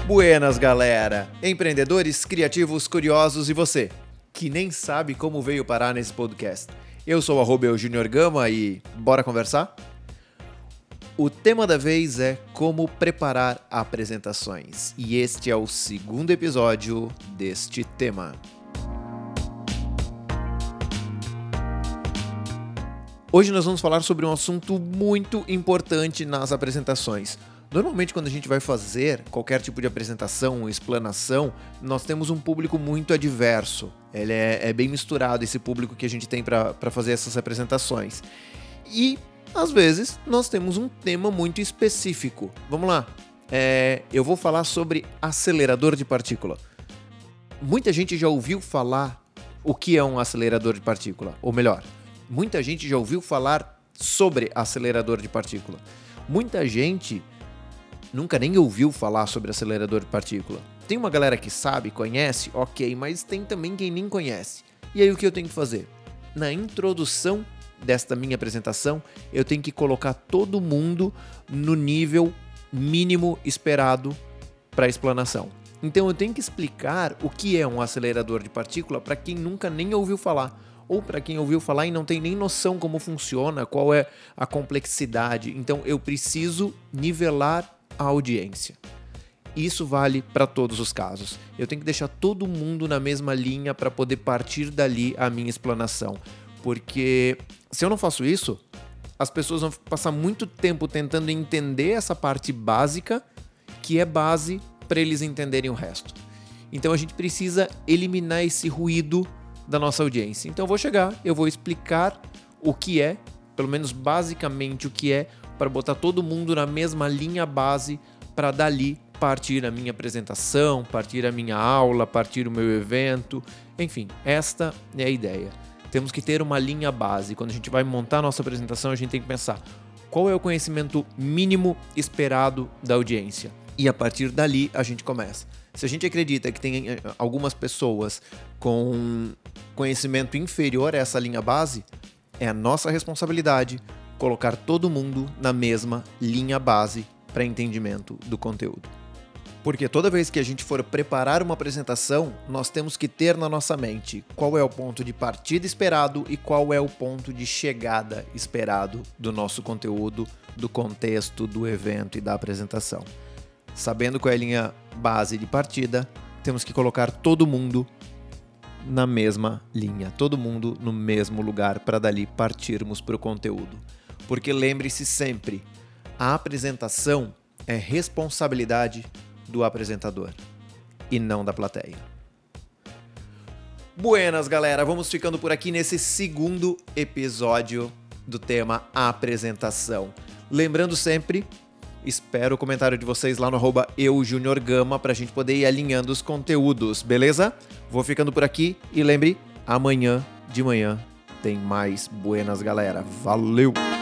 Buenas, galera! Empreendedores, criativos, curiosos e você, que nem sabe como veio parar nesse podcast. Eu sou o @eujuniorgama e bora conversar? O tema da vez é como preparar apresentações e este é o segundo episódio deste tema. Hoje nós vamos falar sobre um assunto muito importante nas apresentações. Normalmente, quando a gente vai fazer qualquer tipo de apresentação ou explanação, nós temos um público muito adverso. Ele é bem misturado, esse público que a gente tem para fazer essas apresentações. E, às vezes, nós temos um tema muito específico. Vamos lá. Eu vou falar sobre acelerador de partícula. Muita gente já ouviu falar o que é um acelerador de partícula. Ou melhor, muita gente já ouviu falar sobre acelerador de partícula. Muita gente nunca nem ouviu falar sobre acelerador de partícula. Tem uma galera que sabe, conhece, ok, mas tem também quem nem conhece. E aí o que eu tenho que fazer? Na introdução desta minha apresentação, eu tenho que colocar todo mundo no nível mínimo esperado para a explanação. Então eu tenho que explicar o que é um acelerador de partícula para quem nunca nem ouviu falar. Ou para quem ouviu falar e não tem nem noção como funciona, qual é a complexidade. Então eu preciso nivelar a audiência. Isso vale para todos os casos. Eu tenho que deixar todo mundo na mesma linha para poder partir dali a minha explanação. Porque se eu não faço isso, as pessoas vão passar muito tempo tentando entender essa parte básica, que é base para eles entenderem o resto. Então a gente precisa eliminar esse ruído da nossa audiência. Então eu vou chegar, eu vou explicar o que é, pelo menos basicamente o que é, para botar todo mundo na mesma linha base, para dali partir a minha apresentação, partir a minha aula, partir o meu evento. Enfim, esta é a ideia. Temos que ter uma linha base. Quando a gente vai montar a nossa apresentação, a gente tem que pensar qual é o conhecimento mínimo esperado da audiência. E a partir dali a gente começa. Se a gente acredita que tem algumas pessoas com conhecimento inferior a essa linha base, é a nossa responsabilidade colocar todo mundo na mesma linha base para entendimento do conteúdo. Porque toda vez que a gente for preparar uma apresentação, nós temos que ter na nossa mente qual é o ponto de partida esperado e qual é o ponto de chegada esperado do nosso conteúdo, do contexto, do evento e da apresentação. Sabendo qual é a linha base de partida, temos que colocar todo mundo na mesma linha, todo mundo no mesmo lugar para dali partirmos para o conteúdo. Porque lembre-se sempre, a apresentação é responsabilidade do apresentador e não da plateia. Buenas, galera, vamos ficando por aqui nesse segundo episódio do tema apresentação. Lembrando sempre, espero o comentário de vocês lá no @eujuniorgama pra gente poder ir alinhando os conteúdos, beleza? Vou ficando por aqui e lembre, amanhã de manhã tem mais Buenas, galera. Valeu!